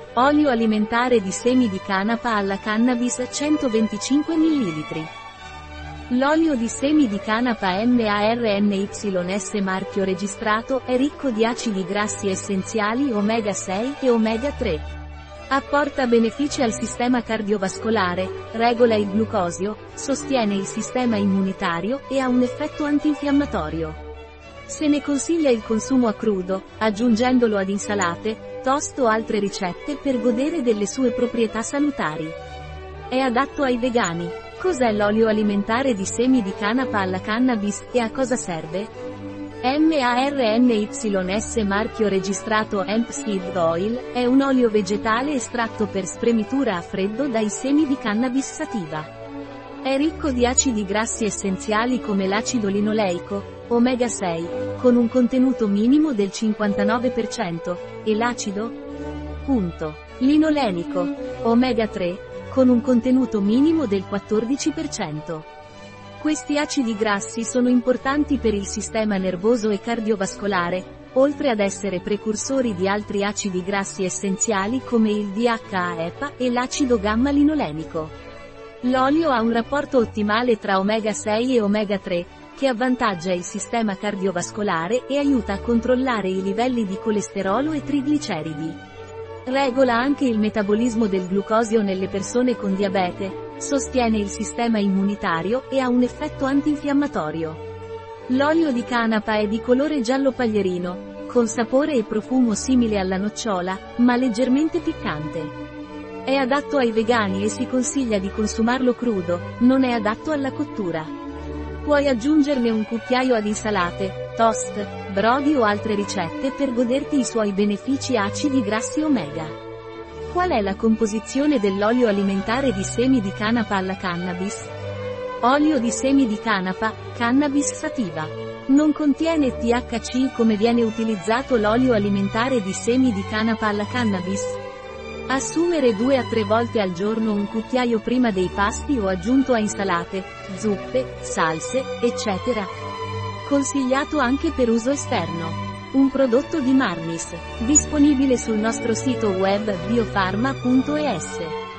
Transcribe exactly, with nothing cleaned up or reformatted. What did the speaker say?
Olio alimentare di semi di canapa alla cannabis centoventicinque millilitri. L'olio di semi di canapa MARNYS marchio registrato è ricco di acidi grassi essenziali omega sei e omega tre. Apporta benefici al sistema cardiovascolare, regola il glucosio, sostiene il sistema immunitario e ha un effetto antinfiammatorio. Se ne consiglia il consumo a crudo, aggiungendolo ad insalate, toast o altre ricette per godere delle sue proprietà salutari. È adatto ai vegani. Cos'è l'olio alimentare di semi di canapa alla cannabis e a cosa serve? MARNYS marchio registrato Hemp Seed Oil è un olio vegetale estratto per spremitura a freddo dai semi di cannabis sativa. È ricco di acidi grassi essenziali come l'acido linoleico, omega sei, con un contenuto minimo del cinquantanove per cento, e l'acido punto linolenico, omega tre, con un contenuto minimo del quattordici per cento. Questi acidi grassi sono importanti per il sistema nervoso e cardiovascolare, oltre ad essere precursori di altri acidi grassi essenziali come il D H A E P A e l'acido gamma-linolenico. L'olio ha un rapporto ottimale tra omega sei e omega tre, che avvantaggia il sistema cardiovascolare e aiuta a controllare i livelli di colesterolo e trigliceridi. Regola anche il metabolismo del glucosio nelle persone con diabete, sostiene il sistema immunitario e ha un effetto antinfiammatorio. L'olio di canapa è di colore giallo paglierino, con sapore e profumo simile alla nocciola, ma leggermente piccante. È adatto ai vegani e si consiglia di consumarlo crudo, non è adatto alla cottura. Puoi aggiungerne un cucchiaio ad insalate, toast, brodi o altre ricette per goderti i suoi benefici acidi grassi omega. Qual è la composizione dell'olio alimentare di semi di canapa alla cannabis? Olio di semi di canapa, cannabis sativa. Non contiene T H C come viene utilizzato l'olio alimentare di semi di canapa alla cannabis. Assumere due a tre volte al giorno un cucchiaio prima dei pasti o aggiunto a insalate, zuppe, salse, eccetera. Consigliato anche per uso esterno. Un prodotto di Marnis, disponibile sul nostro sito web biofarma punto es.